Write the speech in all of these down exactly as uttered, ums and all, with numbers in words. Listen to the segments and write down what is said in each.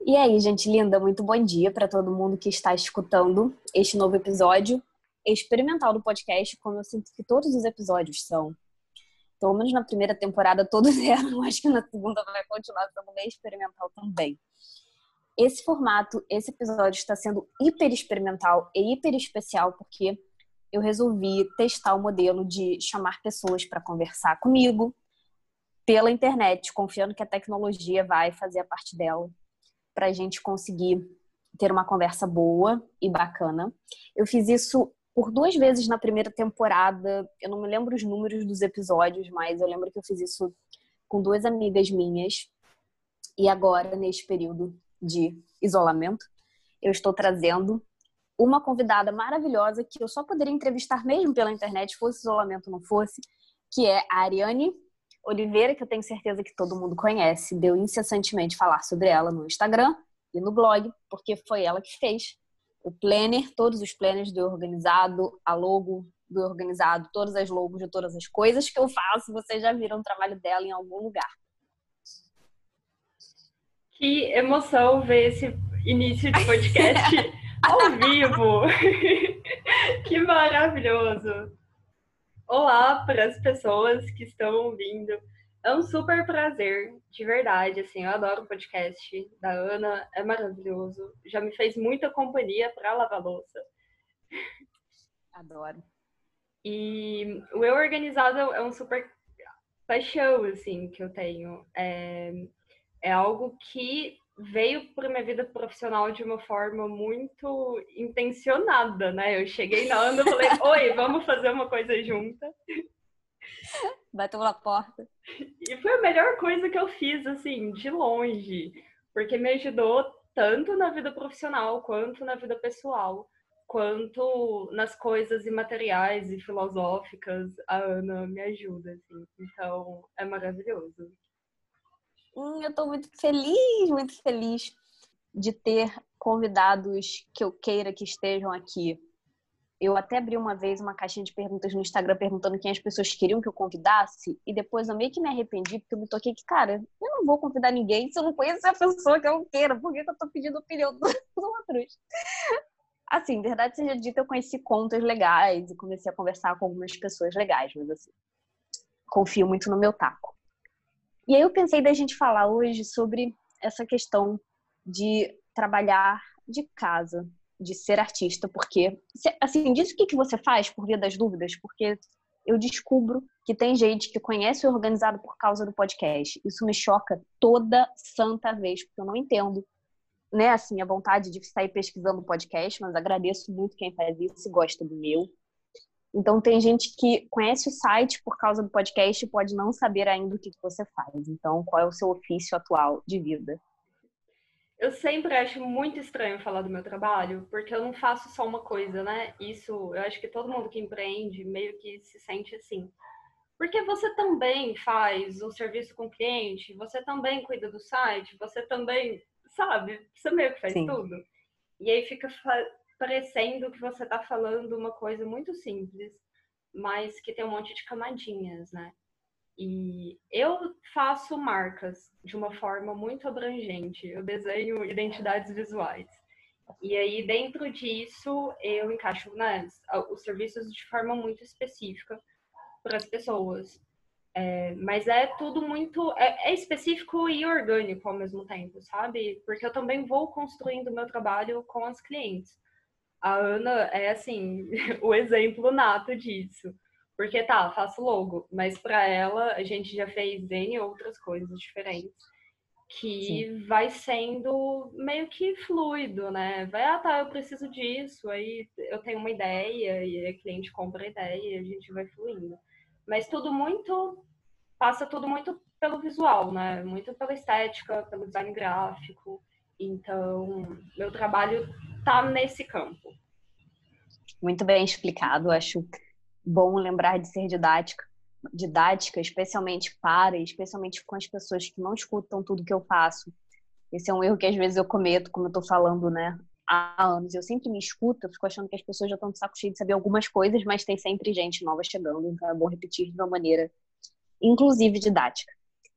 E aí, gente linda, muito bom dia para todo mundo que está escutando este novo episódio experimental do podcast, como eu sinto que todos os episódios são. Pelo menos na primeira temporada todos eram, acho que na segunda vai continuar sendo bem experimental também. Esse formato, esse episódio está sendo hiper experimental e hiper especial porque eu resolvi testar o modelo de chamar pessoas para conversar comigo pela internet, confiando que a tecnologia vai fazer a parte dela para a gente conseguir ter uma conversa boa e bacana. Eu fiz isso por duas vezes na primeira temporada. Eu não me lembro os números dos episódios, mas eu lembro que eu fiz isso com duas amigas minhas. E agora, neste período de isolamento, eu estou trazendo uma convidada maravilhosa que eu só poderia entrevistar mesmo pela internet, fosse isolamento ou não fosse, que é a Ariane Oliveira, que eu tenho certeza que todo mundo conhece. Deu incessantemente falar sobre ela no Instagram e no blog, porque foi ela que fez o planner, todos os planners do Organizado, a logo do Organizado, todas as logos de todas as coisas que eu faço. Vocês já viram o trabalho dela em algum lugar. Que emoção ver esse início de podcast ao vivo! Que maravilhoso! Olá para as pessoas que estão ouvindo. É um super prazer, de verdade, assim, eu adoro o podcast da Ana, é maravilhoso. Já me fez muita companhia para lavar louça. Adoro. E o Eu Organizado é um super paixão, assim, que eu tenho. É, é algo que veio para minha vida profissional de uma forma muito intencionada, né? Eu cheguei na Ana e falei, oi, vamos fazer uma coisa junta. Bateu na porta. E foi a melhor coisa que eu fiz, assim, de longe, porque me ajudou tanto na vida profissional, quanto na vida pessoal, quanto nas coisas imateriais e filosóficas. A Ana me ajuda, assim, então é maravilhoso. Hum, eu tô muito feliz, muito feliz de ter convidados que eu queira que estejam aqui. Eu até abri uma vez uma caixinha de perguntas no Instagram perguntando quem as pessoas queriam que eu convidasse e depois eu meio que me arrependi porque eu me toquei que, cara, eu não vou convidar ninguém se eu não conheço a pessoa que eu quero. Por que que eu tô pedindo opinião dos outros? Assim, verdade seja dita, eu conheci contas legais e comecei a conversar com algumas pessoas legais, mas assim, confio muito no meu taco. E aí eu pensei da gente falar hoje sobre essa questão de trabalhar de casa, de ser artista, porque, assim, diz o que você faz por via das dúvidas, porque eu descubro que tem gente que conhece o Organizado por causa do podcast. Isso me choca toda santa vez, porque eu não entendo, né, assim, a vontade de sair pesquisando podcast, mas agradeço muito quem faz isso e gosta do meu. Então, tem gente que conhece o site por causa do podcast e pode não saber ainda o que você faz. Então, qual é o seu ofício atual de vida? Eu sempre acho muito estranho falar do meu trabalho, porque eu não faço só uma coisa, né? Isso, eu acho que todo mundo que empreende meio que se sente assim. Porque você também faz um serviço com o cliente, você também cuida do site, você também, sabe? Você meio que faz Sim. tudo. E aí fica parecendo que você está falando uma coisa muito simples, mas que tem um monte de camadinhas, né? E eu faço marcas de uma forma muito abrangente. Eu desenho identidades visuais. E aí, dentro disso, eu encaixo, né, os serviços de forma muito específica para as pessoas. É, mas é tudo muito... É, é específico e orgânico ao mesmo tempo, sabe? Porque eu também vou construindo o meu trabalho com as clientes. A Ana é, assim, o exemplo nato disso. Porque tá, faço logo, mas para ela a gente já fez N outras coisas diferentes que Sim. vai sendo meio que fluido, né? Vai, ah, tá, eu preciso disso, aí eu tenho uma ideia e a cliente compra a ideia e a gente vai fluindo. Mas tudo muito, passa tudo muito pelo visual, né? Muito pela estética, pelo design gráfico. Então, meu trabalho tá nesse campo. Muito bem explicado, acho bom lembrar de ser didática, didática, especialmente para, especialmente com as pessoas que não escutam tudo que eu faço. Esse é um erro que às vezes eu cometo, como eu tô falando, né, há anos. Eu sempre me escuto, eu fico achando que as pessoas já estão de saco cheio de saber algumas coisas, mas tem sempre gente nova chegando, então é bom repetir de uma maneira, inclusive, didática.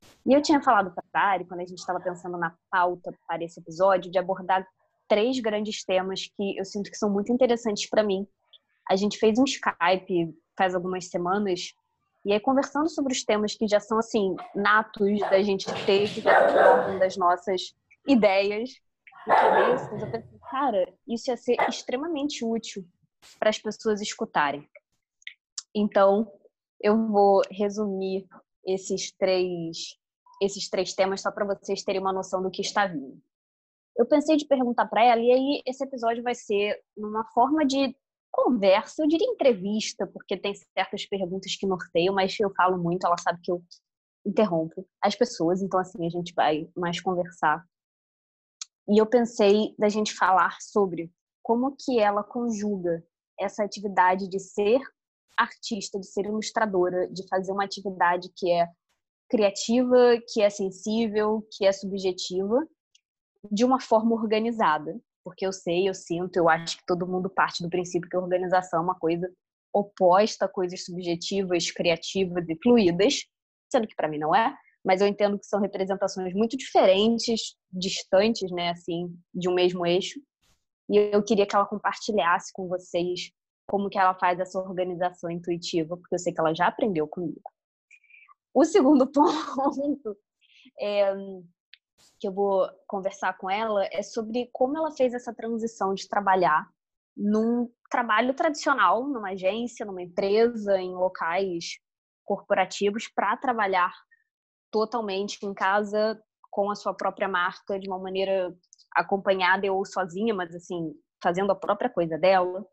E eu tinha falado para a Ari, quando a gente estava pensando na pauta para esse episódio, de abordar três grandes temas que eu sinto que são muito interessantes para mim. A gente fez um Skype faz algumas semanas, e aí conversando sobre os temas que já são, assim, natos da gente ter, que já estão na ordem das nossas ideias e cabeças, eu pensei, cara, isso ia ser extremamente útil para as pessoas escutarem. Então, eu vou resumir esses três, esses três temas só para vocês terem uma noção do que está vindo. Eu pensei de perguntar para ela, e aí esse episódio vai ser numa forma de conversa, eu diria entrevista, porque tem certas perguntas que norteiam, mas eu falo muito, ela sabe que eu interrompo as pessoas, então assim, a gente vai mais conversar. E eu pensei da gente falar sobre como que ela conjuga essa atividade de ser artista, de ser ilustradora, de fazer uma atividade que é criativa, que é sensível, que é subjetiva, de uma forma organizada. Porque eu sei, eu sinto, eu acho que todo mundo parte do princípio que a organização é uma coisa oposta a coisas subjetivas, criativas e fluídas, sendo que para mim não é, mas eu entendo que são representações muito diferentes, distantes, né, assim, de um mesmo eixo. E eu queria que ela compartilhasse com vocês como que ela faz essa organização intuitiva, porque eu sei que ela já aprendeu comigo. O segundo ponto é, que eu vou conversar com ela é sobre como ela fez essa transição de trabalhar num trabalho tradicional, numa agência, numa empresa, em locais corporativos, para trabalhar totalmente em casa, com a sua própria marca, de uma maneira acompanhada ou sozinha, mas assim, fazendo a própria coisa dela.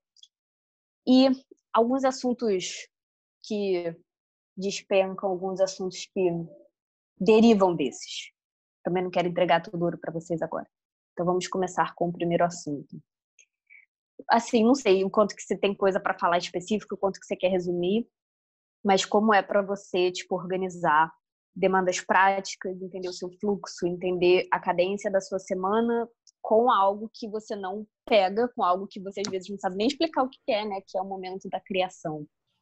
E alguns assuntos que despencam, alguns assuntos que derivam desses. Também não quero entregar tudo ouro para vocês agora. Então vamos começar com o primeiro assunto. Assim, não sei o quanto que você tem coisa para falar específico, o quanto que você quer resumir, mas como é para você, tipo, organizar demandas práticas, entender o seu fluxo, entender a cadência da sua semana com algo que você não pega, com algo que você às vezes não sabe nem explicar o que é, né? Que é o momento da criação.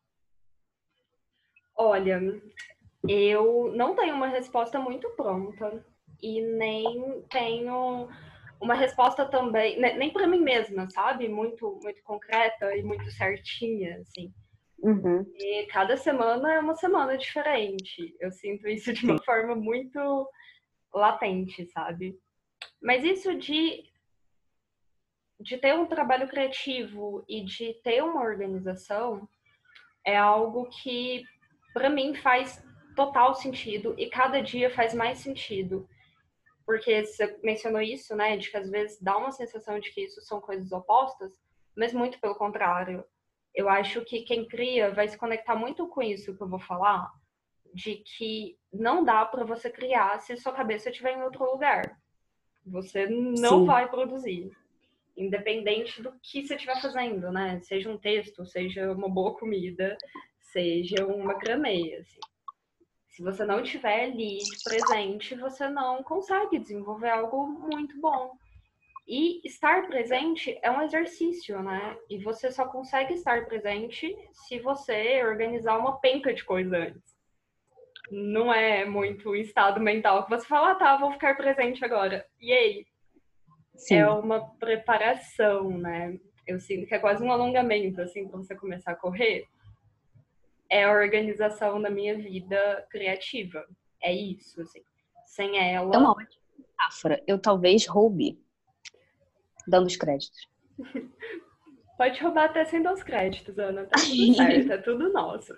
Olha, eu não tenho uma resposta muito pronta e nem tenho uma resposta também, nem para mim mesma, sabe? Muito, muito concreta e muito certinha, assim. Uhum. E cada semana é uma semana diferente. Eu sinto isso de uma forma muito latente, sabe? Mas isso de, de ter um trabalho criativo e de ter uma organização é algo que, para mim, faz total sentido e cada dia faz mais sentido. Porque você mencionou isso, né? De que às vezes dá uma sensação de que isso são coisas opostas, mas muito pelo contrário. Eu acho que quem cria vai se conectar muito com isso que eu vou falar, de que não dá para você criar se sua cabeça estiver em outro lugar. Você não Sim. vai produzir, independente do que você estiver fazendo, né? Seja um texto, seja uma boa comida, seja um macramê, assim. Se você não estiver ali presente, você não consegue desenvolver algo muito bom. E estar presente é um exercício, né? E você só consegue estar presente se você organizar uma penca de coisa antes. Não é muito o estado mental que você fala, ah, tá, vou ficar presente agora. E aí? Sim. É uma preparação, né? Eu sinto que é quase um alongamento, assim, pra você começar a correr. É a organização da minha vida criativa. É isso, assim. Sem ela... É uma ótima metáfora. Eu talvez roube, dando os créditos. Pode roubar até sem dar os créditos, Ana. Tá tudo certo, é tudo nosso.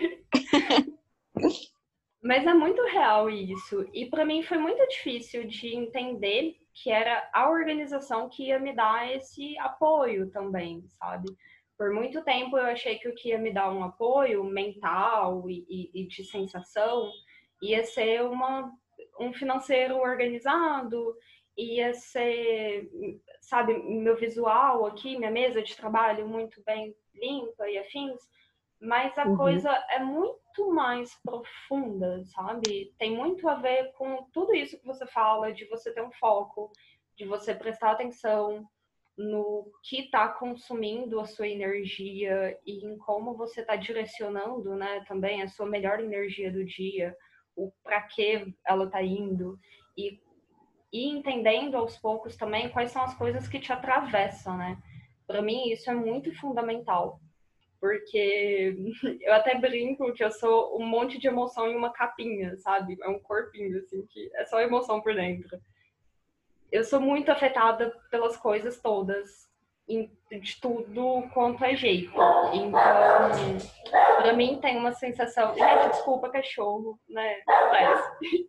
Mas é muito real isso. E para mim foi muito difícil de entender que era a organização que ia me dar esse apoio também, sabe? Por muito tempo eu achei que o que ia me dar um apoio mental e, e, e de sensação ia ser uma, um financeiro organizado, ia ser, sabe, meu visual aqui, minha mesa de trabalho muito bem limpa e afins. Mas a uhum. coisa é muito mais profunda, sabe? Tem muito a ver com tudo isso que você fala, de você ter um foco, de você prestar atenção no que está consumindo a sua energia e em como você está direcionando, né, também a sua melhor energia do dia, o para que ela tá indo e, e entendendo aos poucos também quais são as coisas que te atravessam, né? Para mim isso é muito fundamental, porque eu até brinco que eu sou um monte de emoção em uma capinha, sabe? É um corpinho, assim, que é só emoção por dentro. Eu sou muito afetada pelas coisas todas, de tudo quanto é jeito. Então, pra mim tem uma sensação... Gente, desculpa, cachorro, né? Parece.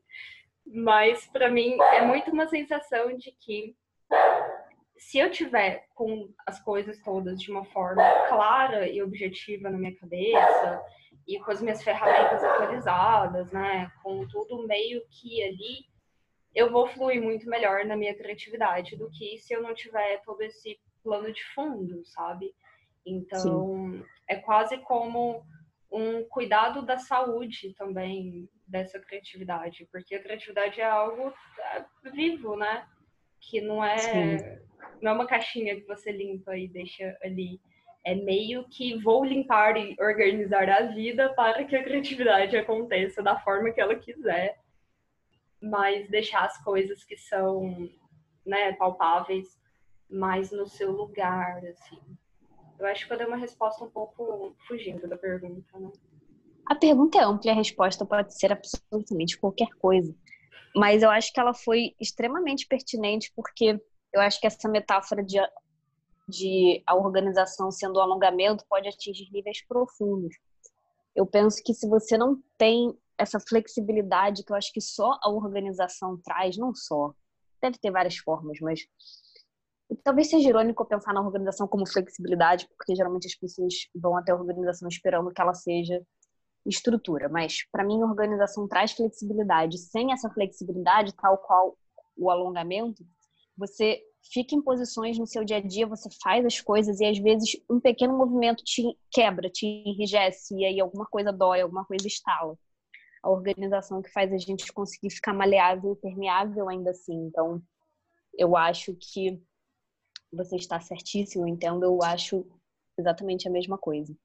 Mas pra mim é muito uma sensação de que se eu tiver com as coisas todas de uma forma clara e objetiva na minha cabeça e com as minhas ferramentas atualizadas, né, com tudo meio que ali, eu vou fluir muito melhor na minha criatividade do que se eu não tiver todo esse plano de fundo, sabe? Sim. Então, é quase como um cuidado da saúde também dessa criatividade, porque a criatividade é algo vivo, né? Que não Sim. é, não é uma caixinha que você limpa e deixa ali. É meio que vou limpar e organizar a vida para que a criatividade aconteça da forma que ela quiser, mas deixar as coisas que são, né, palpáveis mais no seu lugar, assim. Eu acho que eu dei uma resposta um pouco fugindo da pergunta, né? A pergunta é ampla e a resposta pode ser absolutamente qualquer coisa. Mas eu acho que ela foi extremamente pertinente porque eu acho que essa metáfora de, de a organização sendo um alongamento pode atingir níveis profundos. Eu penso que se você não tem essa flexibilidade que eu acho que só a organização traz, não só, deve ter várias formas, mas talvez seja irônico pensar na organização como flexibilidade, porque geralmente as pessoas vão até a organização esperando que ela seja estrutura, mas para mim a organização traz flexibilidade. Sem essa flexibilidade, tal qual o alongamento, você fica em posições no seu dia a dia, você faz as coisas e às vezes um pequeno movimento te quebra, te enrijece e aí alguma coisa dói, alguma coisa estala. A organização que faz a gente conseguir ficar maleável e permeável ainda assim. Então, eu acho que você está certíssimo, entendo, eu acho exatamente a mesma coisa.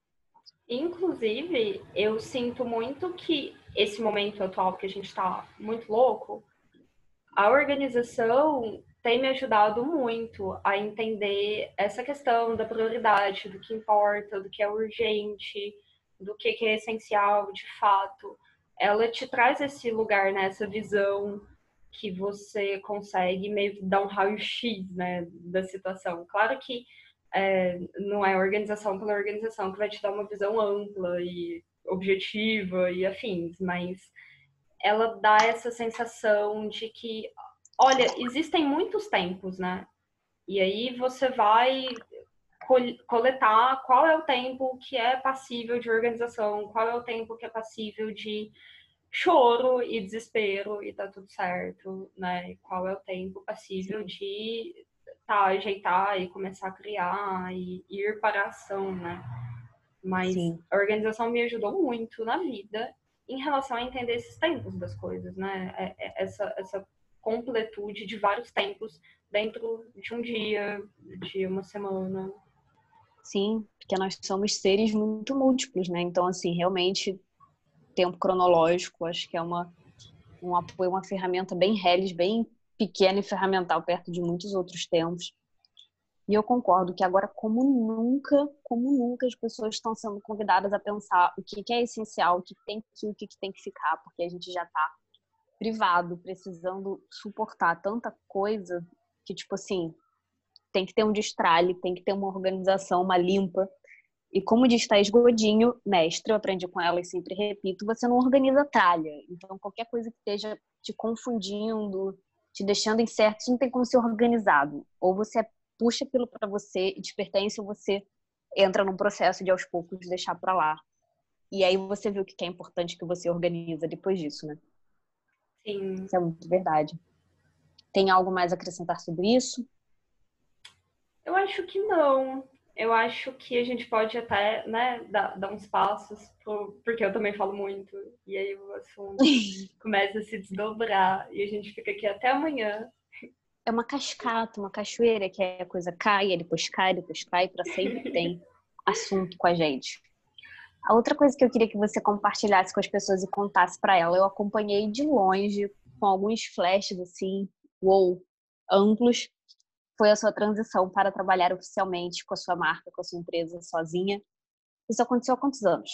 Inclusive, eu sinto muito que esse momento atual que a gente está muito louco, a organização tem me ajudado muito a entender essa questão da prioridade, do que importa, do que é urgente, do que é essencial de fato. Ela te traz esse lugar, né, essa visão que você consegue meio que dar um raio-x, né, da situação. Claro que é, não é a organização pela organização que vai te dar uma visão ampla e objetiva e afins, mas ela dá essa sensação de que, olha, existem muitos tempos, né? E aí você vai coletar qual é o tempo que é passível de organização, qual é o tempo que é passível de choro e desespero e tá tudo certo, né? Qual é o tempo passível Sim. de tá, ajeitar e começar a criar e ir para a ação, né? Mas Sim. a organização me ajudou muito na vida em relação a entender esses tempos das coisas, né? Essa, essa completude de vários tempos dentro de um dia, de uma semana. Sim, porque nós somos seres muito múltiplos, né? Então, assim, realmente, tempo cronológico, acho que é uma, um apoio, uma ferramenta bem reles, bem pequena e ferramental perto de muitos outros tempos. E eu concordo que agora, como nunca, como nunca, as pessoas estão sendo convidadas a pensar o que é essencial, o que tem que, o que tem que ficar, porque a gente já está privado, precisando suportar tanta coisa que, tipo assim, tem que ter um destralhe, tem que ter uma organização, uma limpa. E como diz Thaís Godinho, mestre, eu aprendi com ela e sempre repito, você não organiza tralha. Então, qualquer coisa que esteja te confundindo, te deixando incerto, isso não tem como ser organizado. Ou você puxa aquilo para você e te pertence, ou você entra num processo de, aos poucos, deixar para lá. E aí você vê o que é importante que você organiza depois disso, né? Sim. Isso é muito verdade. Tem algo mais a acrescentar sobre isso? Eu acho que não. Eu acho que a gente pode até, né, dar, dar uns passos, pro, porque eu também falo muito, e aí o assunto começa a se desdobrar, e a gente fica aqui até amanhã. É uma cascata, uma cachoeira que a coisa cai, depois cai, depois cai, para sempre tem assunto com a gente. A outra coisa que eu queria que você compartilhasse com as pessoas e contasse para ela, eu acompanhei de longe, com alguns flashes assim, uou, amplos, foi a sua transição para trabalhar oficialmente com a sua marca, com a sua empresa, sozinha. Isso aconteceu há quantos anos?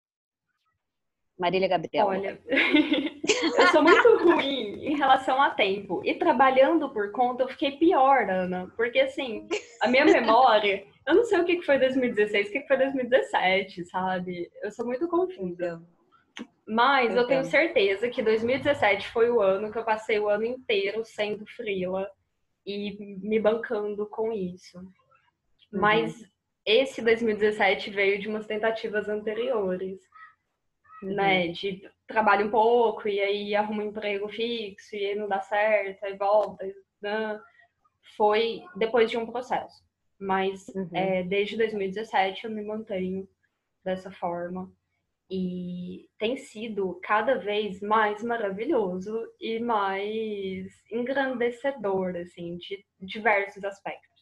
Marília Gabriela. Olha, eu sou muito ruim em relação a tempo. E trabalhando por conta, eu fiquei pior, Ana. Porque, assim, a minha memória... Eu não sei o que foi dois mil e dezesseis, o que foi dois mil e dezessete, sabe? Eu sou muito confusa. Mas eu tenho certeza que dois mil e dezessete foi o ano que eu passei o ano inteiro sendo freela e me bancando com isso. Uhum. Mas esse dois mil e dezessete veio de umas tentativas anteriores. Uhum. Né, de trabalho um pouco e aí arruma um emprego fixo e aí não dá certo, aí volta, né? Foi depois de um processo, mas uhum. é, desde dois mil e dezessete eu me mantenho dessa forma e tem sido cada vez mais maravilhoso e mais engrandecedor, assim, de diversos aspectos.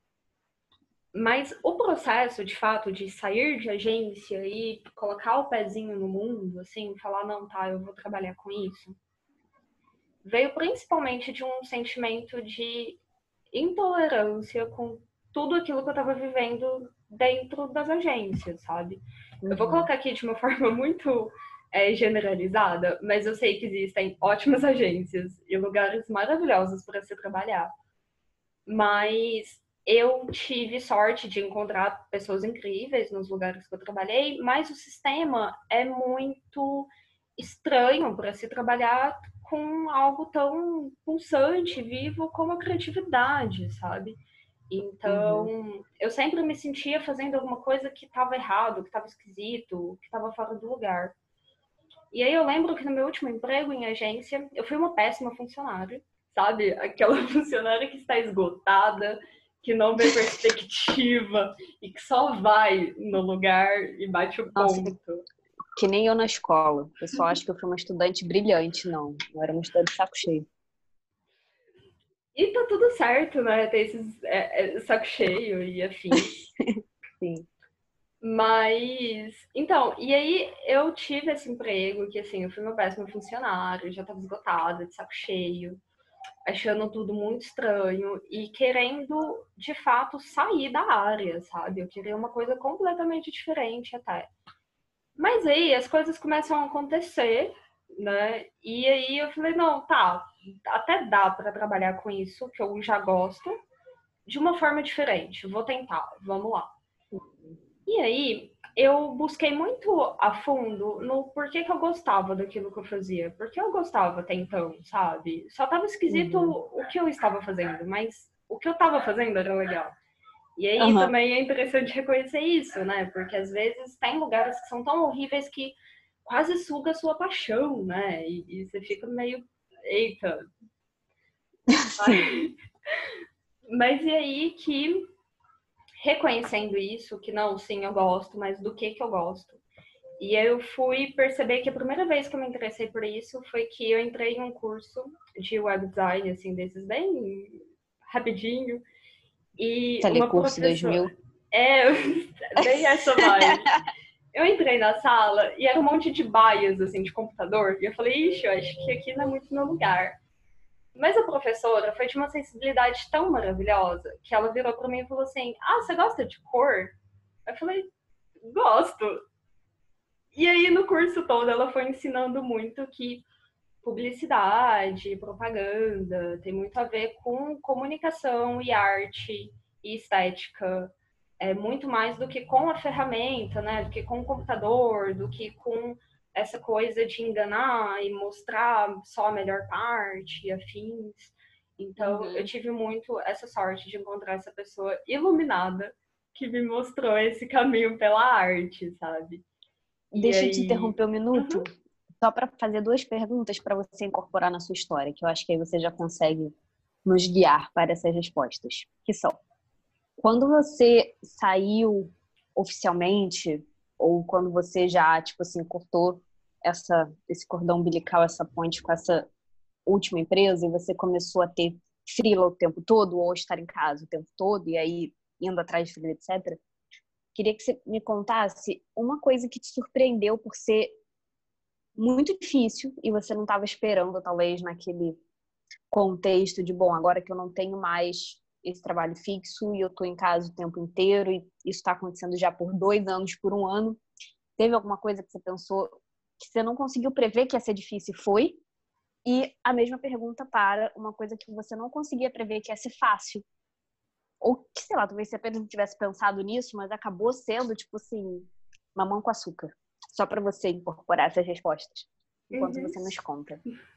Mas o processo, de fato, de sair de agência e colocar o pezinho no mundo, assim, falar, não, tá, eu vou trabalhar com isso, veio principalmente de um sentimento de intolerância com tudo aquilo que eu tava vivendo dentro das agências, sabe? Uhum. Eu vou colocar aqui de uma forma muito é, generalizada, mas eu sei que existem ótimas agências e lugares maravilhosos para se trabalhar. Mas eu tive sorte de encontrar pessoas incríveis nos lugares que eu trabalhei, mas o sistema é muito estranho para se trabalhar com algo tão pulsante, vivo como a criatividade, sabe? Então, uhum. eu sempre me sentia fazendo alguma coisa que estava errado, que estava esquisito, que estava fora do lugar. E aí eu lembro que no meu último emprego em agência, eu fui uma péssima funcionária. Sabe? Aquela funcionária que está esgotada, que não vê perspectiva e que só vai no lugar e bate o ponto. Nossa, que nem eu na escola. O pessoal acha que eu fui uma estudante brilhante, não. Eu era uma estudante de saco cheio. E tá tudo certo, né? Ter esses é, é, saco cheio e afins. Sim. Mas, então, e aí eu tive esse emprego que, assim, eu fui uma péssima funcionária, já tava esgotada, de saco cheio, achando tudo muito estranho e querendo, de fato, sair da área, sabe? Eu queria uma coisa completamente diferente até. Mas aí as coisas começam a acontecer, né? E aí eu falei, não, tá, até dá para trabalhar com isso, que eu já gosto, de uma forma diferente. Vou tentar, vamos lá. E aí eu busquei muito a fundo no porquê que eu gostava daquilo que eu fazia. Porque eu gostava até então, sabe? Só tava esquisito uhum. o que eu estava fazendo, mas o que eu estava fazendo era legal. E aí uhum. também é interessante reconhecer isso, né? Porque às vezes tem lugares que são tão horríveis que quase suga a sua paixão, né? E, e você fica meio, eita. Mas e aí que, reconhecendo isso, que não, sim, eu gosto, mas do que que eu gosto? E eu fui perceber que a primeira vez que eu me interessei por isso foi que eu entrei em um curso de web design, assim, desses bem rapidinho. E Telecurso uma professora... dois mil. É, bem essa vibe. Eu entrei na sala e era um monte de baias, assim, de computador. E eu falei, ixi, eu acho que aqui não é muito meu lugar. Mas a professora foi de uma sensibilidade tão maravilhosa que ela virou para mim e falou assim, ah, você gosta de cor? Eu falei, gosto. E aí, no curso todo, ela foi ensinando muito que publicidade, propaganda, tem muito a ver com comunicação e arte e estética. É muito mais do que com a ferramenta, né? Do que com o computador, do que com essa coisa de enganar e mostrar só a melhor parte e afins. Então, uhum. eu tive muito essa sorte de encontrar essa pessoa iluminada que me mostrou esse caminho pela arte, sabe? Deixa aí... eu te interromper um minuto, uhum. só para fazer duas perguntas para você incorporar na sua história, que eu acho que aí você já consegue nos guiar para essas respostas, que são: quando você saiu oficialmente, ou quando você já, tipo assim, cortou essa, esse cordão umbilical, essa ponte com essa última empresa, e você começou a ter freela o tempo todo, ou estar em casa o tempo todo, e aí indo atrás de freela, etcétera, queria que você me contasse uma coisa que te surpreendeu por ser muito difícil e você não estava esperando, talvez, naquele contexto de, bom, agora que eu não tenho mais esse trabalho fixo e eu estou em casa o tempo inteiro e isso está acontecendo já por dois anos, por um ano. Teve alguma coisa que você pensou que você não conseguiu prever que ia ser difícil e foi? E a mesma pergunta para uma coisa que você não conseguia prever que ia ser fácil. Ou que, sei lá, talvez você apenas não tivesse pensado nisso, mas acabou sendo, tipo assim, mamão com açúcar. Só para você incorporar essas respostas, enquanto Uhum. você nos conta.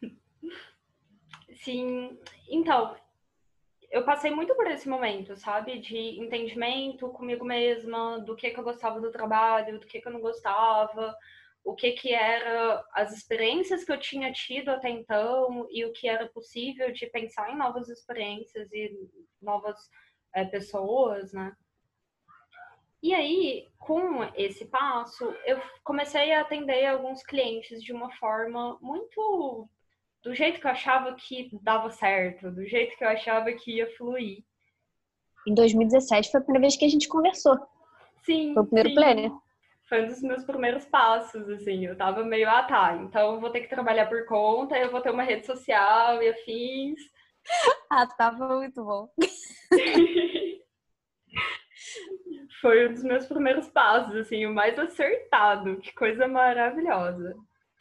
Sim, então, eu passei muito por esse momento, sabe? De entendimento comigo mesma, do que que eu gostava do trabalho, do que que eu não gostava, o que que era as experiências que eu tinha tido até então e o que era possível de pensar em novas experiências e novas é, pessoas, né? E aí, com esse passo, eu comecei a atender alguns clientes de uma forma muito do jeito que eu achava que dava certo, do jeito que eu achava que ia fluir. Em dois mil e dezessete foi a primeira vez que a gente conversou. Sim, Foi o primeiro sim. planner. Foi um dos meus primeiros passos, assim. Eu tava meio, ah, tá, então eu vou ter que trabalhar por conta, eu vou ter uma rede social e afins. Ah, tava muito bom. Foi um dos meus primeiros passos, assim, o mais acertado. Que coisa maravilhosa.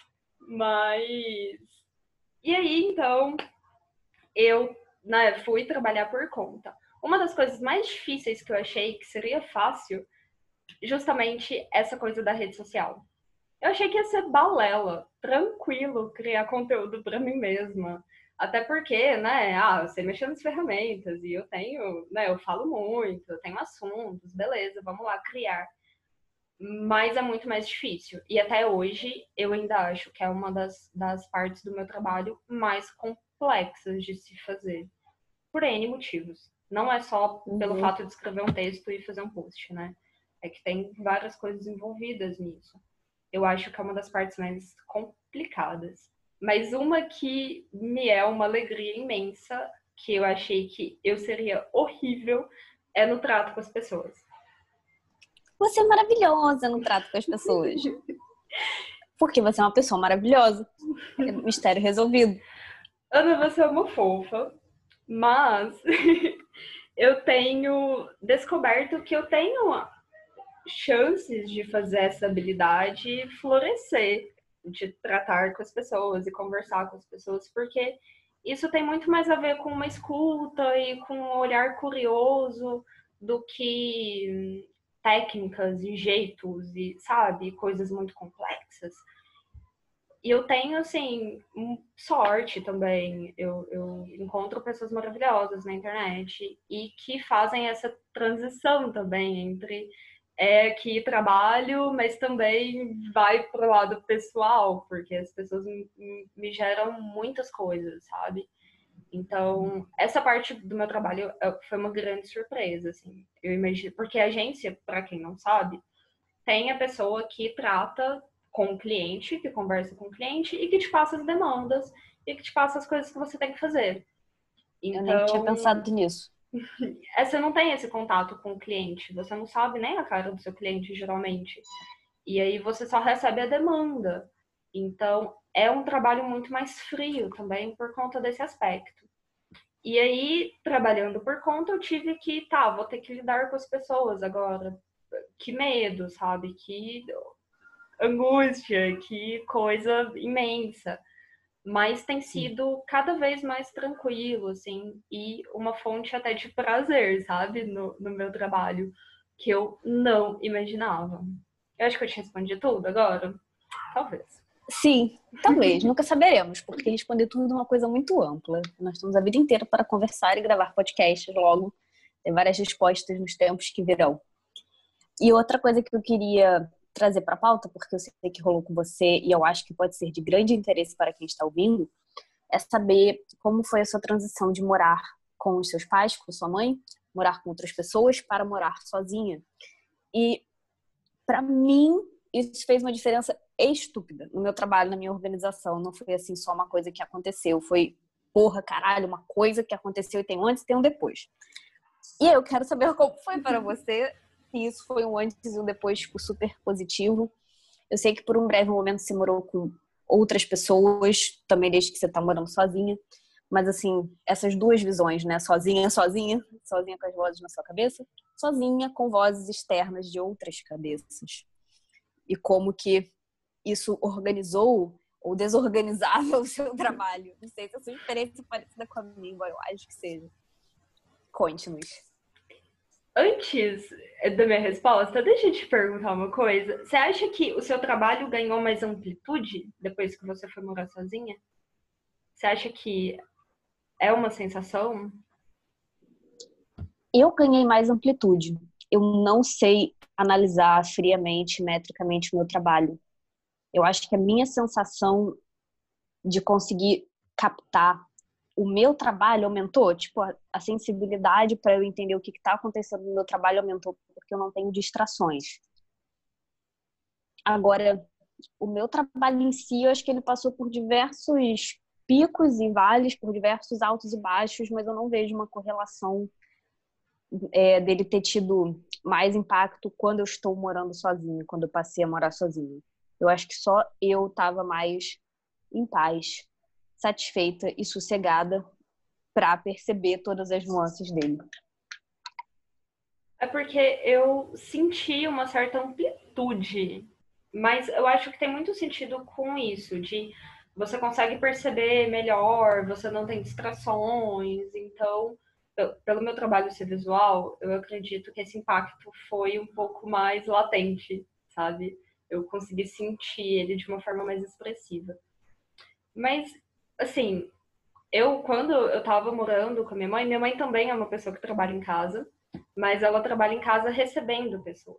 Mas... E aí, então, eu né, fui trabalhar por conta. Uma das coisas mais difíceis que eu achei que seria fácil, justamente essa coisa da rede social. Eu achei que ia ser balela, tranquilo criar conteúdo para mim mesma. Até porque, né, ah, eu sei mexer nas ferramentas e eu tenho, né, eu falo muito, eu tenho assuntos, beleza, vamos lá criar. Mas é muito mais difícil. E até hoje eu ainda acho que é uma das, das partes do meu trabalho mais complexas de se fazer. Por N motivos. Não é só pelo Uhum. fato de escrever um texto e fazer um post, né? É que tem várias coisas envolvidas nisso. Eu acho que é uma das partes mais complicadas. Mas uma que me é uma alegria imensa, que eu achei que eu seria horrível, é no trato com as pessoas. Você é maravilhosa no trato com as pessoas. Porque você é uma pessoa maravilhosa. É mistério resolvido. Ana, você é uma fofa, mas eu tenho descoberto que eu tenho chances de fazer essa habilidade florescer, de tratar com as pessoas e conversar com as pessoas, porque isso tem muito mais a ver com uma escuta e com um olhar curioso do que técnicas e jeitos e, sabe, coisas muito complexas. E eu tenho, assim, sorte também. Eu, eu encontro pessoas maravilhosas na internet e que fazem essa transição também entre é, que trabalho, mas também vai pro lado pessoal, porque as pessoas me, me geram muitas coisas, sabe? Então, essa parte do meu trabalho foi uma grande surpresa, assim. Eu imagino, porque a agência, para quem não sabe, tem a pessoa que trata com o cliente, que conversa com o cliente e que te passa as demandas e que te passa as coisas que você tem que fazer. Eu nem tinha Então, pensado nisso. você não tem esse contato com o cliente, você não sabe nem a cara do seu cliente, geralmente. E aí você só recebe a demanda. Então, é um trabalho muito mais frio também por conta desse aspecto. E aí, trabalhando por conta, eu tive que, tá, vou ter que lidar com as pessoas agora. Que medo, sabe? Que angústia, que coisa imensa. Mas tem sido cada vez mais tranquilo, assim, e uma fonte até de prazer, sabe? No, no meu trabalho, que eu não imaginava. Eu acho que eu te respondi tudo agora. Talvez. Sim, talvez. Nunca saberemos, porque responder tudo é uma coisa muito ampla. Nós temos a vida inteira para conversar e gravar podcasts logo. Tem várias respostas nos tempos que virão. E outra coisa que eu queria trazer para a pauta, porque eu sei que rolou com você e eu acho que pode ser de grande interesse para quem está ouvindo, é saber como foi a sua transição de morar com os seus pais, com sua mãe, morar com outras pessoas, para morar sozinha. E, para mim, isso fez uma diferença estúpida no meu trabalho, na minha organização. Não foi assim só uma coisa que aconteceu, foi, porra, caralho, uma coisa que aconteceu e tem um antes e tem um depois. E eu quero saber como foi para você se isso foi um antes e um depois, tipo, super positivo. Eu sei que por um breve momento você morou com outras pessoas, também desde que você tá morando sozinha. Mas, assim, essas duas visões, né? Sozinha, sozinha, sozinha com as vozes na sua cabeça, sozinha com vozes externas de outras cabeças. E como que isso organizou ou desorganizava o seu trabalho. Não sei se a sua experiência é parecida com a minha, embora eu acho que seja. Conte-nos. Antes da minha resposta, deixa eu te perguntar uma coisa. Você acha que o seu trabalho ganhou mais amplitude depois que você foi morar sozinha? Você acha que é uma sensação? Eu ganhei mais amplitude. Eu não sei analisar friamente, metricamente o meu trabalho. Eu acho que a minha sensação de conseguir captar o meu trabalho aumentou. Tipo, a sensibilidade para eu entender o que está acontecendo no meu trabalho aumentou porque eu não tenho distrações. Agora, o meu trabalho em si, eu acho que ele passou por diversos picos e vales, por diversos altos e baixos, mas eu não vejo uma correlação é, dele ter tido mais impacto quando eu estou morando sozinha, quando eu passei a morar sozinha. Eu acho que só eu estava mais em paz, satisfeita e sossegada para perceber todas as nuances dele. É porque eu senti uma certa amplitude, mas eu acho que tem muito sentido com isso, de você consegue perceber melhor, você não tem distrações, então, pelo meu trabalho ser visual, eu acredito que esse impacto foi um pouco mais latente, sabe? Eu consegui sentir ele de uma forma mais expressiva. Mas, assim, eu, quando eu tava morando com a minha mãe, minha mãe também é uma pessoa que trabalha em casa, mas ela trabalha em casa recebendo pessoas.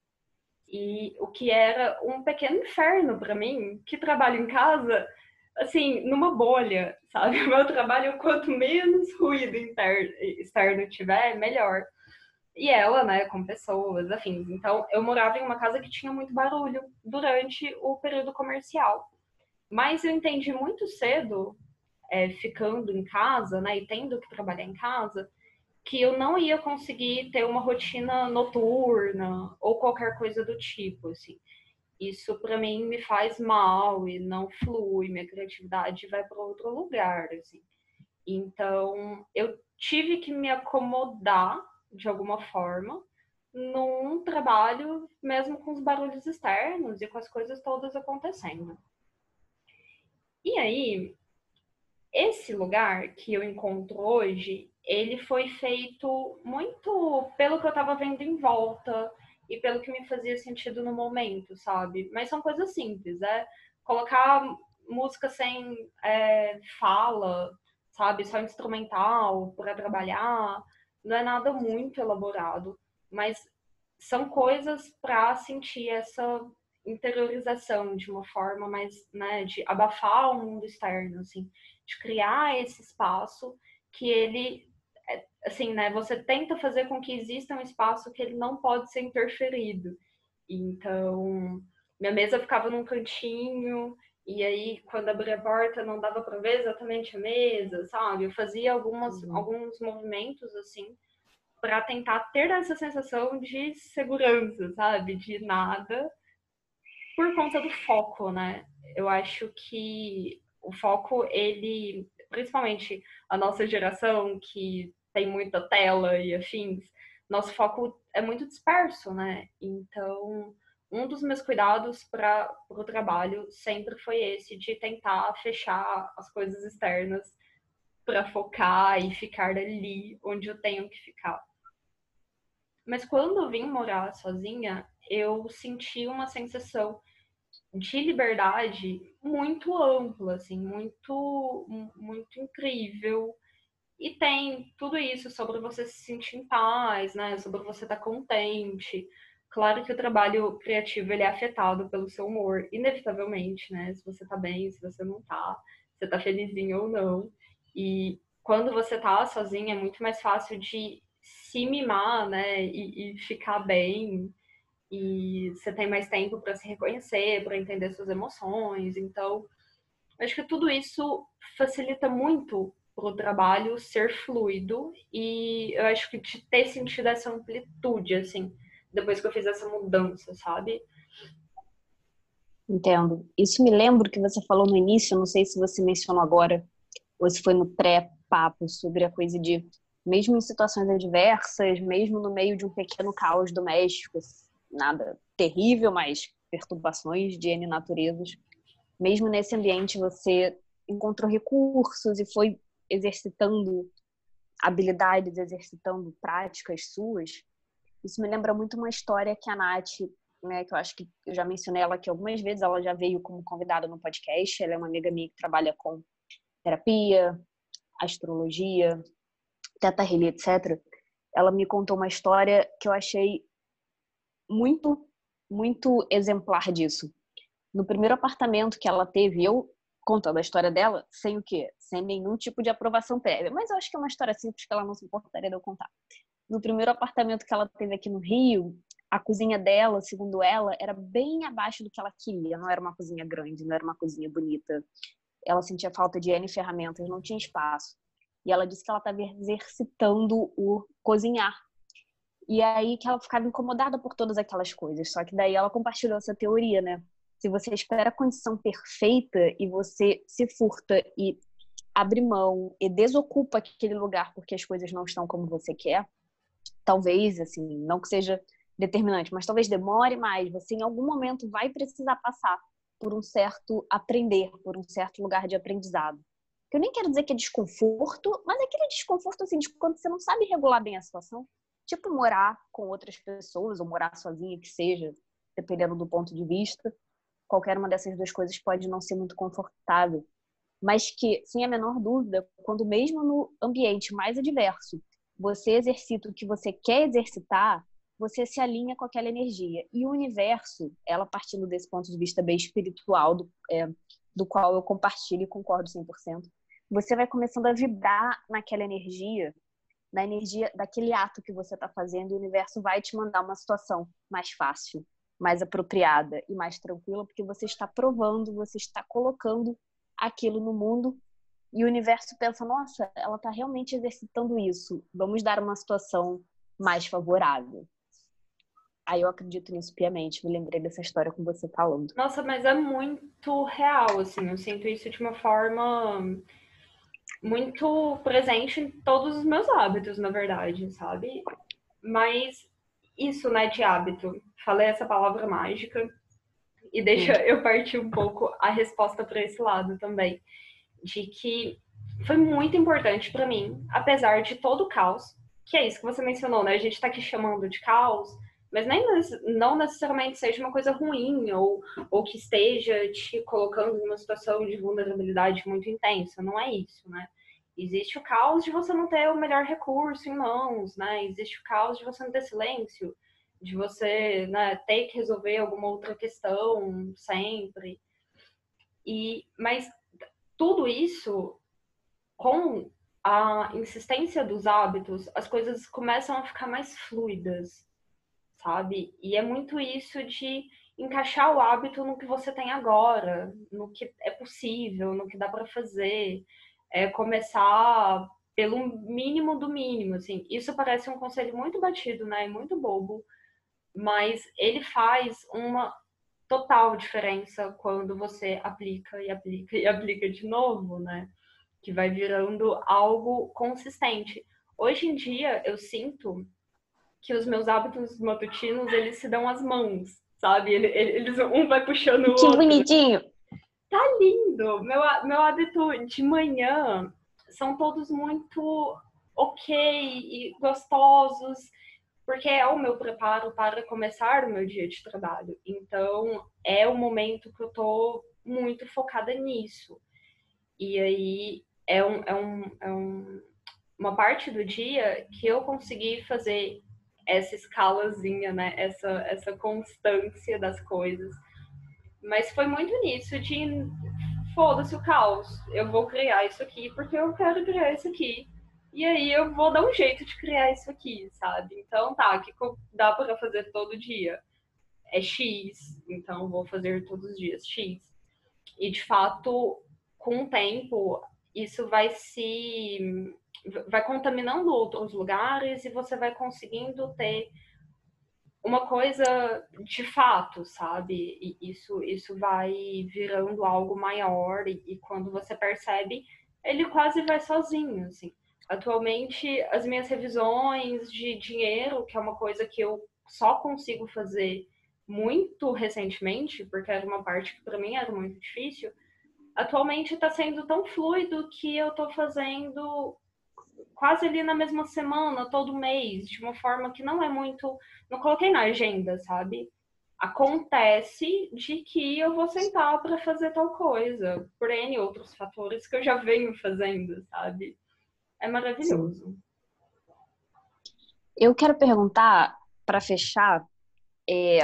E o que era um pequeno inferno para mim, que trabalho em casa, assim, numa bolha, sabe? O meu trabalho, quanto menos ruído interno, externo tiver, melhor. E ela, né, com pessoas, afins. Então, eu morava em uma casa que tinha muito barulho durante o período comercial. Mas eu entendi muito cedo, é, ficando em casa, né, e tendo que trabalhar em casa, que eu não ia conseguir ter uma rotina noturna ou qualquer coisa do tipo, assim. Isso para mim me faz mal e não flui, minha criatividade vai para outro lugar, assim. Então, eu tive que me acomodar de alguma forma num trabalho mesmo com os barulhos externos e com as coisas todas acontecendo. E aí, esse lugar que eu encontro hoje, ele foi feito muito pelo que eu estava vendo em volta e pelo que me fazia sentido no momento, sabe? Mas são coisas simples, é colocar música sem é, fala, sabe? Só instrumental para trabalhar. Não é nada muito elaborado, mas são coisas para sentir essa interiorização de uma forma mais, né, de abafar o mundo externo, assim, de criar esse espaço que ele, assim, né, você tenta fazer com que exista um espaço que ele não pode ser interferido. Então, minha mesa ficava num cantinho, e aí, quando abria a porta, não dava para ver exatamente a mesa, sabe? Eu fazia algumas, Uhum. alguns movimentos, assim, para tentar ter essa sensação de segurança, sabe? De nada, por conta do foco, né? Eu acho que o foco, ele, principalmente a nossa geração, que tem muita tela e afins, nosso foco é muito disperso, né? Então, um dos meus cuidados para o trabalho sempre foi esse, de tentar fechar as coisas externas para focar e ficar ali onde eu tenho que ficar. Mas quando eu vim morar sozinha, eu senti uma sensação de liberdade muito ampla, assim, muito, muito incrível. E tem tudo isso sobre você se sentir em paz, né? Sobre você estar contente. Claro que o trabalho criativo ele é afetado pelo seu humor, inevitavelmente, né? Se você tá bem, se você não tá, se você tá felizinho ou não. E quando você tá sozinha, é muito mais fácil de se mimar, né? E, e ficar bem e você tem mais tempo para se reconhecer, para entender suas emoções. Então, acho que tudo isso facilita muito para o trabalho ser fluido e eu acho que de ter sentido essa amplitude, assim, depois que eu fiz essa mudança, sabe? Entendo. Isso me lembra o que você falou no início, não sei se você mencionou agora, ou se foi no pré-papo, sobre a coisa de, mesmo em situações adversas, mesmo no meio de um pequeno caos doméstico, nada terrível, mas perturbações de N naturezas, mesmo nesse ambiente você encontrou recursos e foi exercitando habilidades, exercitando práticas suas. Isso me lembra muito uma história que a Nath, né, que eu acho que eu já mencionei ela aqui algumas vezes, ela já veio como convidada no podcast, ela é uma amiga minha que trabalha com terapia, astrologia, teta healing, etcétera. Ela me contou uma história que eu achei muito, muito exemplar disso. No primeiro apartamento que ela teve, eu contando a história dela, sem o quê? Sem nenhum tipo de aprovação prévia. Mas eu acho que é uma história simples que ela não se importaria de eu contar. No primeiro apartamento que ela teve aqui no Rio, a cozinha dela, segundo ela, era bem abaixo do que ela queria. Não era uma cozinha grande, não era uma cozinha bonita. Ela sentia falta de N ferramentas, não tinha espaço. E ela disse que ela estava exercitando o cozinhar. E aí que ela ficava incomodada por todas aquelas coisas. Só que daí ela compartilhou essa teoria, né? Se você espera a condição perfeita e você se furta e abre mão e desocupa aquele lugar porque as coisas não estão como você quer, talvez, assim, não que seja determinante, mas talvez demore mais. Você em algum momento vai precisar passar por um certo aprender, por um certo lugar de aprendizado. Eu nem quero dizer que é desconforto, mas é aquele desconforto, assim, de quando você não sabe regular bem a situação. Tipo, morar com outras pessoas ou morar sozinha, que seja, dependendo do ponto de vista. Qualquer uma dessas duas coisas pode não ser muito confortável. Mas que, sem a menor dúvida, quando mesmo no ambiente mais adverso, você exercita o que você quer exercitar, você se alinha com aquela energia. E o universo, ela partindo desse ponto de vista bem espiritual, do, é, do qual eu compartilho e concordo cem por cento, você vai começando a vibrar naquela energia, na energia daquele ato que você está fazendo, e o universo vai te mandar uma situação mais fácil, mais apropriada e mais tranquila, porque você está provando, você está colocando aquilo no mundo e o universo pensa, nossa, ela está realmente exercitando isso, vamos dar uma situação mais favorável. Aí eu acredito nisso piamente, me lembrei dessa história com você falando. Nossa, mas é muito real, assim, eu sinto isso de uma forma muito presente em todos os meus hábitos, na verdade, sabe? Mas isso, né, de hábito. Falei essa palavra mágica e deixa Sim. eu partir um pouco a resposta para esse lado também, de que foi muito importante para mim, apesar de todo o caos, que é isso que você mencionou, né? A gente tá aqui chamando de caos, mas nem não necessariamente seja uma coisa ruim ou, ou que esteja te colocando numa situação de vulnerabilidade muito intensa. Não é isso, né? Existe o caos de você não ter o melhor recurso em mãos, né? Existe o caos de você não ter silêncio, de você, né, ter que resolver alguma outra questão sempre. E, mas tudo isso, com a insistência dos hábitos, as coisas começam a ficar mais fluidas, sabe? E é muito isso de encaixar o hábito no que você tem agora, no que é possível, no que dá para fazer, é começar pelo mínimo do mínimo, assim. Isso parece um conselho muito batido, né? Muito bobo, mas ele faz uma total diferença quando você aplica e aplica e aplica de novo, né? Que vai virando algo consistente. Hoje em dia, eu sinto que os meus hábitos matutinos, eles se dão as mãos, sabe? Eles, um vai puxando o Que outro. bonitinho! Tá lindo! Meu, meu hábito de manhã são todos muito ok e gostosos, porque é o meu preparo para começar o meu dia de trabalho. Então, é o momento que eu tô muito focada nisso. E aí, é, um, é, um, é um, uma parte do dia que eu consegui fazer essa escalazinha, né? Essa, essa constância das coisas. Mas foi muito nisso de foda-se o caos. Eu vou criar isso aqui porque eu quero criar isso aqui. E aí eu vou dar um jeito de criar isso aqui, sabe? Então tá, o que dá para fazer todo dia? É X, então vou fazer todos os dias X. E de fato, com o tempo, isso vai se vai contaminando outros lugares e você vai conseguindo ter uma coisa de fato, sabe? E isso, isso vai virando algo maior e, e quando você percebe, ele quase vai sozinho, assim. Atualmente, as minhas revisões de dinheiro, que é uma coisa que eu só consigo fazer muito recentemente, porque era uma parte que para mim era muito difícil, atualmente está sendo tão fluido que eu estou fazendo quase ali na mesma semana, todo mês, de uma forma que não é muito. Não coloquei na agenda, sabe? Acontece de que eu vou sentar para fazer tal coisa, por N outros fatores que eu já venho fazendo, sabe? É Sim. maravilhoso. Eu quero perguntar, para fechar, é,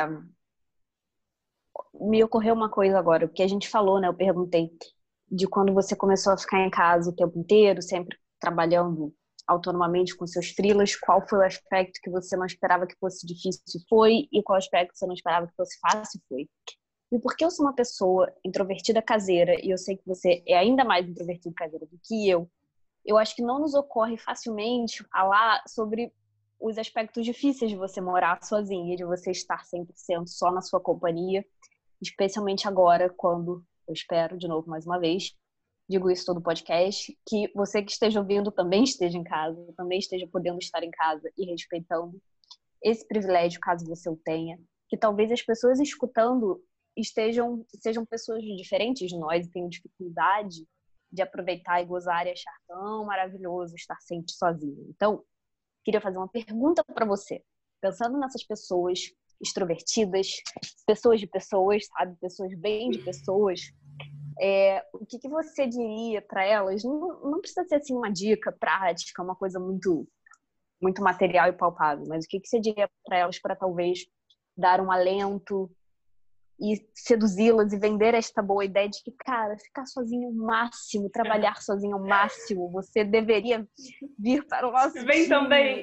me ocorreu uma coisa agora, porque a gente falou, né? Eu perguntei de quando você começou a ficar em casa o tempo inteiro, sempre trabalhando autonomamente com seus freelas, qual foi o aspecto que você não esperava que fosse difícil foi e qual aspecto você não esperava que fosse fácil foi. E porque eu sou uma pessoa introvertida caseira e eu sei que você é ainda mais introvertido caseira do que eu, eu acho que não nos ocorre facilmente falar sobre os aspectos difíceis de você morar sozinha, de você estar cem por cento só na sua companhia, especialmente agora, quando, eu espero, de novo, mais uma vez, digo isso todo podcast, que você que esteja ouvindo também esteja em casa, também esteja podendo estar em casa e respeitando esse privilégio, caso você o tenha, que talvez as pessoas escutando estejam, sejam pessoas diferentes de nós e tenham dificuldade de aproveitar e gozar e achar tão maravilhoso estar sempre sozinho. Então, queria fazer uma pergunta para você. Pensando nessas pessoas extrovertidas, pessoas de pessoas, sabe? Pessoas bem de pessoas, é, o que, que você diria para elas? Não, não precisa ser assim uma dica prática, uma coisa muito, muito material e palpável, mas o que, que você diria para elas para talvez dar um alento e seduzi-las e vender esta boa ideia de que, cara, ficar sozinho é o máximo, trabalhar sozinho é o máximo, você deveria vir para o nosso Vem time. também!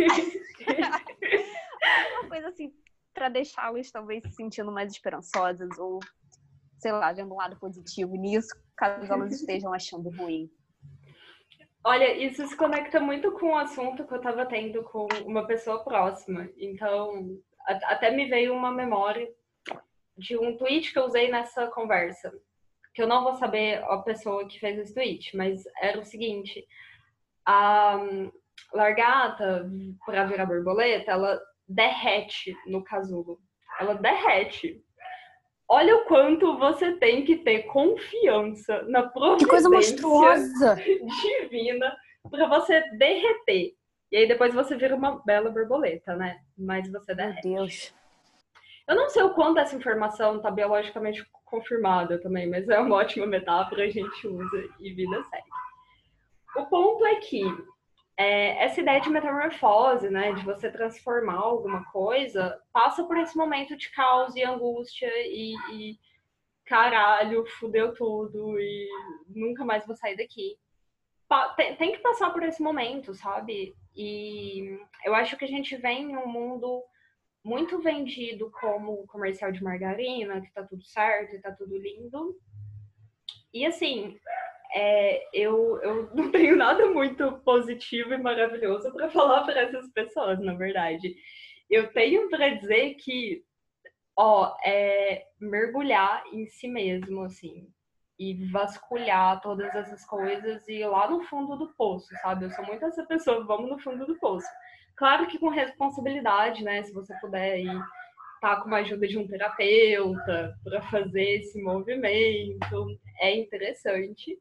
Alguma coisa assim, para deixá-las talvez se sentindo mais esperançosas ou, sei lá, vendo um lado positivo nisso, caso elas estejam achando ruim. Olha, isso se conecta muito com o assunto que eu estava tendo com uma pessoa próxima. Então, até me veio uma memória de um tweet que eu usei nessa conversa. Que eu não vou saber a pessoa que fez esse tweet, mas era o seguinte: a largata, para virar borboleta, ela derrete no casulo. Ela derrete. Olha o quanto você tem que ter confiança na Que coisa providência monstruosa! divina para você derreter. E aí depois você vira uma bela borboleta, né? Mas você derrete. Meu Deus. Eu não sei o quanto essa informação está biologicamente confirmada também, mas é uma ótima metáfora, a gente usa e vida segue. O ponto é que é, essa ideia de metamorfose, né, de você transformar alguma coisa, passa por esse momento de caos e angústia e, e caralho, fudeu tudo e nunca mais vou sair daqui. Tem, tem que passar por esse momento, sabe? E eu acho que a gente vem em um mundo muito vendido como comercial de margarina, que tá tudo certo e tá tudo lindo. E assim, é, eu, eu não tenho nada muito positivo e maravilhoso para falar para essas pessoas, na verdade. Eu tenho para dizer que, ó, é mergulhar em si mesmo, assim, e vasculhar todas essas coisas e ir lá no fundo do poço, sabe? Eu sou muito essa pessoa, vamos no fundo do poço. Claro que com responsabilidade, né? Se você puder ir tá com a ajuda de um terapeuta para fazer esse movimento, é interessante.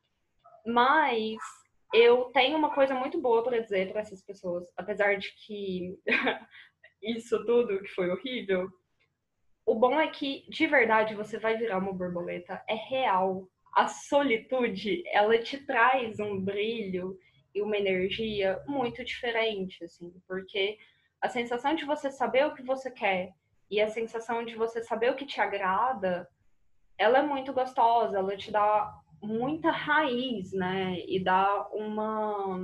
Mas eu tenho uma coisa muito boa para dizer para essas pessoas, apesar de que isso tudo que foi horrível. O bom é que, de verdade, você vai virar uma borboleta. É real. A solitude, ela te traz um brilho e uma energia muito diferente, assim, porque a sensação de você saber o que você quer e a sensação de você saber o que te agrada, ela é muito gostosa, ela te dá muita raiz, né? E dá uma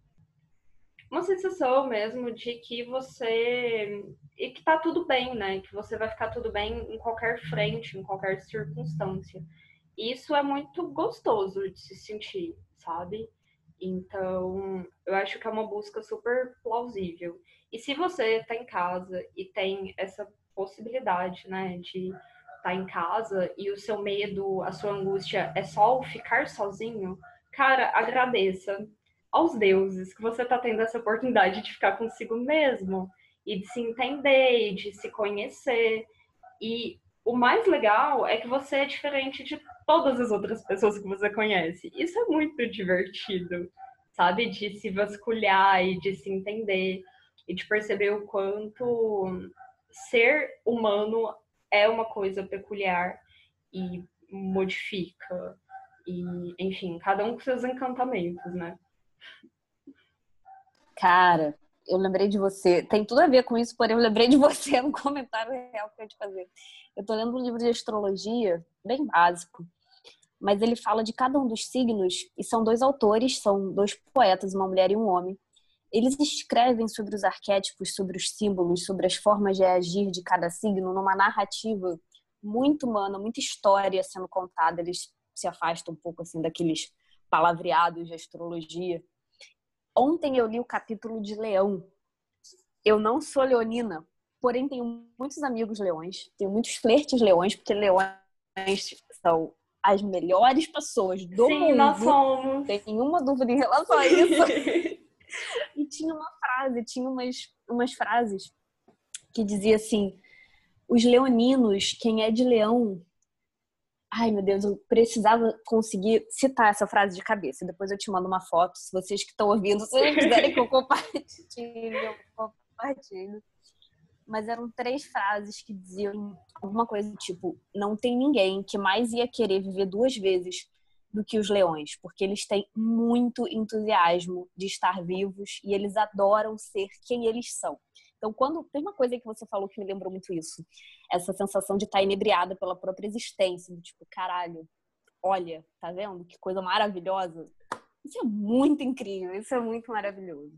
uma sensação mesmo de que você e que tá tudo bem, né? Que você vai ficar tudo bem em qualquer frente, em qualquer circunstância. E isso é muito gostoso de se sentir, sabe? Então, eu acho que é uma busca super plausível. E se você está em casa e tem essa possibilidade, né, de estar em casa e o seu medo, a sua angústia é só o ficar sozinho, cara, agradeça aos deuses que você está tendo essa oportunidade de ficar consigo mesmo e de se entender, e de se conhecer. E o mais legal é que você é diferente de todas as outras pessoas que você conhece. Isso é muito divertido, sabe? De se vasculhar e de se entender e de perceber o quanto ser humano é uma coisa peculiar e modifica. E, enfim, cada um com seus encantamentos, né? Cara, eu lembrei de você. Tem tudo a ver com isso, porém eu lembrei de você no comentário real que eu ia te fazer. Eu tô lendo um livro de astrologia, bem básico, mas ele fala de cada um dos signos, e são dois autores, são dois poetas, uma mulher e um homem. Eles escrevem sobre os arquétipos, sobre os símbolos, sobre as formas de agir de cada signo numa narrativa muito humana, muita história sendo contada. Eles se afastam um pouco assim daqueles palavreados de astrologia. Ontem eu li o capítulo de Leão. Eu não sou leonina, porém tenho muitos amigos leões, tenho muitos flertes leões, porque leões são as melhores pessoas do Sim, mundo. nós somos. Tem nenhuma dúvida em relação a isso. E tinha uma frase, tinha umas, umas frases que dizia assim: os leoninos, quem é de leão... Ai, meu Deus, eu precisava conseguir citar essa frase de cabeça. Depois eu te mando uma foto, se vocês que estão ouvindo, se vocês quiserem que eu compartilhe, eu compartilho. Mas eram três frases que diziam alguma coisa tipo: não tem ninguém que mais ia querer viver duas vezes do que os leões, porque eles têm muito entusiasmo de estar vivos e eles adoram ser quem eles são. Então, quando tem uma coisa que você falou que me lembrou muito isso, essa sensação de estar inebriada pela própria existência, do tipo, caralho, olha, tá vendo? Que coisa maravilhosa. Isso é muito incrível, isso é muito maravilhoso.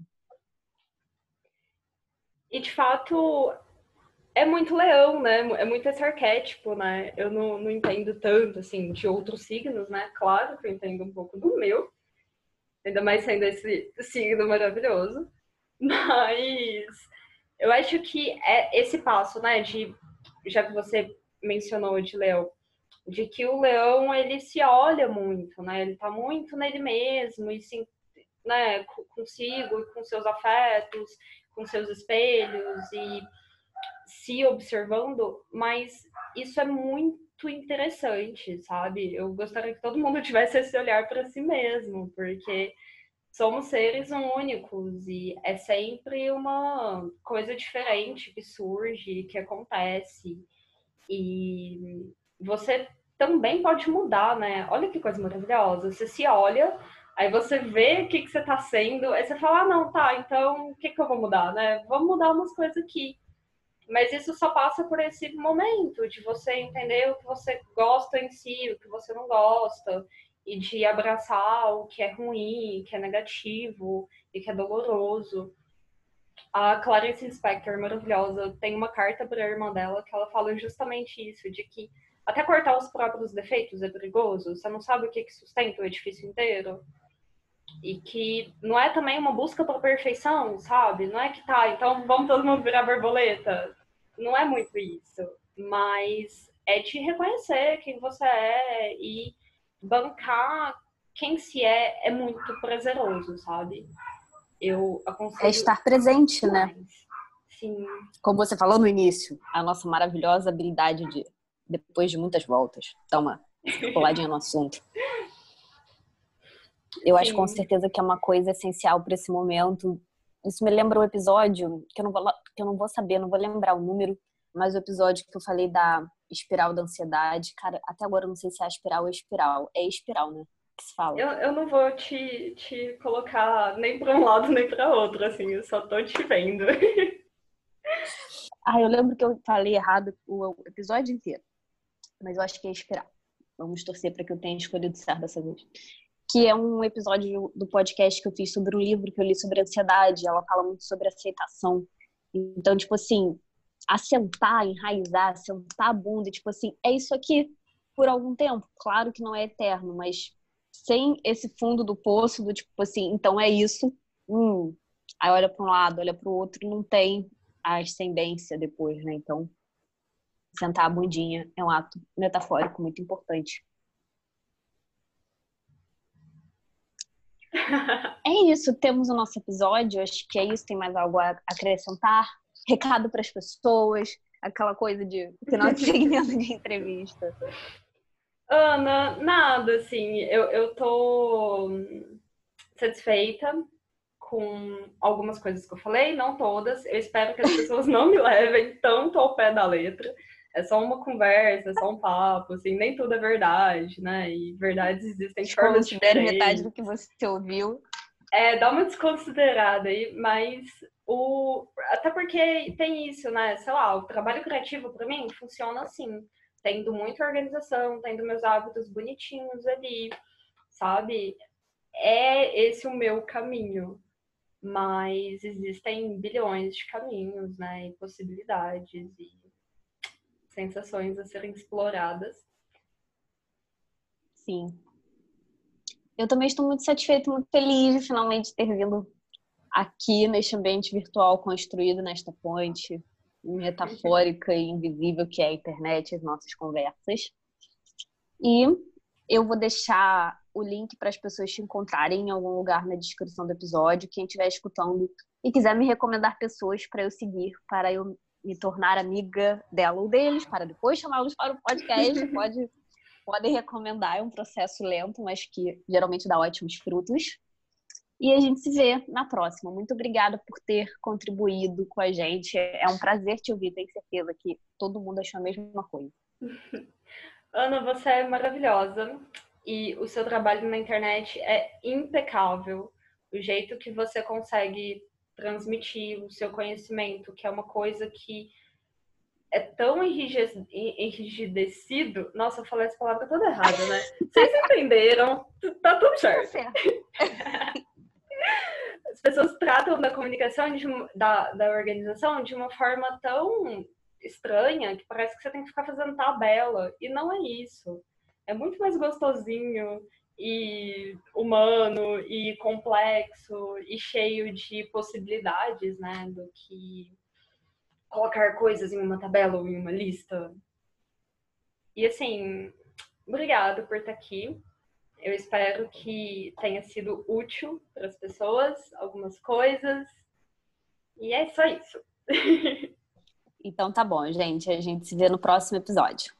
E, de fato, é muito leão, né? É muito esse arquétipo, né? Eu não, não entendo tanto, assim, de outros signos, né? Claro que eu entendo um pouco do meu, ainda mais sendo esse signo maravilhoso. Mas eu acho que é esse passo, né? De, já que você mencionou de leão, de que o leão, ele se olha muito, né? Ele tá muito nele mesmo e se, né, consigo, com seus afetos, com seus espelhos e se observando, mas isso é muito interessante, sabe? Eu gostaria que todo mundo tivesse esse olhar para si mesmo, porque somos seres únicos e é sempre uma coisa diferente que surge, que acontece. E você também pode mudar, né? Olha que coisa maravilhosa. Você se olha, aí você vê o que, que você está sendo, aí você fala, ah, não, tá, então o que, que eu vou mudar, né? Vamos mudar umas coisas aqui. Mas isso só passa por esse momento de você entender o que você gosta em si, o que você não gosta, e de abraçar o que é ruim, que é negativo e que é doloroso. A Clarice Lispector, maravilhosa, tem uma carta para a irmã dela que ela fala justamente isso, de que até cortar os próprios defeitos é perigoso, você não sabe o que, que sustenta o edifício inteiro. E que não é também uma busca pela perfeição, sabe? Não é que tá, então vamos todo mundo virar borboleta. Não é muito isso. Mas é te reconhecer quem você é e bancar quem se é é muito prazeroso, sabe? Eu aconselho... É estar presente, né? Sim. Como você falou no início, a nossa maravilhosa habilidade de, depois de muitas voltas, dar uma puladinha no assunto. Eu Sim. acho com certeza que é uma coisa essencial para esse momento. Isso me lembra um episódio que eu, não vou, que eu não vou saber, não vou lembrar o número, mas o episódio que eu falei da espiral da ansiedade. Cara, até agora eu não sei se é a espiral ou a espiral. É espiral, né? Que se fala. Eu, eu não vou te, te colocar nem para um lado nem para outro, assim, eu só tô te vendo. Ah, eu lembro que eu falei errado o episódio inteiro, mas eu acho que é espiral. Vamos torcer para que eu tenha escolhido certo dessa vez. Que é um episódio do podcast que eu fiz sobre um livro que eu li sobre ansiedade. Ela fala muito sobre aceitação. Então, tipo assim, assentar, enraizar, sentar a bunda, tipo assim, é isso aqui por algum tempo. Claro que não é eterno, mas sem esse fundo do poço do tipo assim, então é isso. Hum. Aí olha para um lado, olha para o outro, não tem a ascendência depois, né? Então, sentar a bundinha é um ato metafórico muito importante. É isso, temos o nosso episódio. Acho que é isso. Tem mais algo a acrescentar? Recado para as pessoas? Aquela coisa de final de segmento de entrevista. Ana, nada, assim, eu, eu tô satisfeita com algumas coisas que eu falei, não todas. Eu espero que as pessoas não me levem tanto ao pé da letra. É só uma conversa, é só um papo, assim, nem tudo é verdade, né? E verdades existem de formas Desconsidere diferentes. metade do que você ouviu. É, dá uma desconsiderada aí, mas o... até porque tem isso, né? Sei lá, o trabalho criativo para mim funciona assim, tendo muita organização, tendo meus hábitos bonitinhos ali, sabe? É esse o meu caminho, mas existem bilhões de caminhos, né? E possibilidades e sensações a serem exploradas. Sim. Eu também estou muito satisfeita, muito feliz de finalmente ter vindo aqui neste ambiente virtual construído nesta ponte metafórica e invisível que é a internet, as nossas conversas. E eu vou deixar o link para as pessoas te encontrarem em algum lugar na descrição do episódio. Quem estiver escutando e quiser me recomendar pessoas para eu seguir, para eu me tornar amiga dela ou deles, para depois chamá-los para o podcast, pode, podem recomendar. É um processo lento, mas que geralmente dá ótimos frutos. E a gente se vê na próxima. Muito obrigada por ter contribuído com a gente. É um prazer te ouvir. Tenho certeza que todo mundo achou a mesma coisa. Ana, você é maravilhosa e o seu trabalho na internet é impecável. O jeito que você consegue transmitir o seu conhecimento, que é uma coisa que é tão enrijecido. Nossa, eu falei essa palavra toda errada, né? Vocês entenderam? Tá tudo certo. Tá certo. As pessoas tratam da comunicação, de, da, da organização, de uma forma tão estranha que parece que você tem que ficar fazendo tabela. E não é isso. É muito mais gostosinho e humano e complexo e cheio de possibilidades, né? Do que colocar coisas em uma tabela ou em uma lista. E assim, obrigado por estar aqui. Eu espero que tenha sido útil para as pessoas, algumas coisas. E é só isso. Então tá bom, gente. A gente se vê no próximo episódio.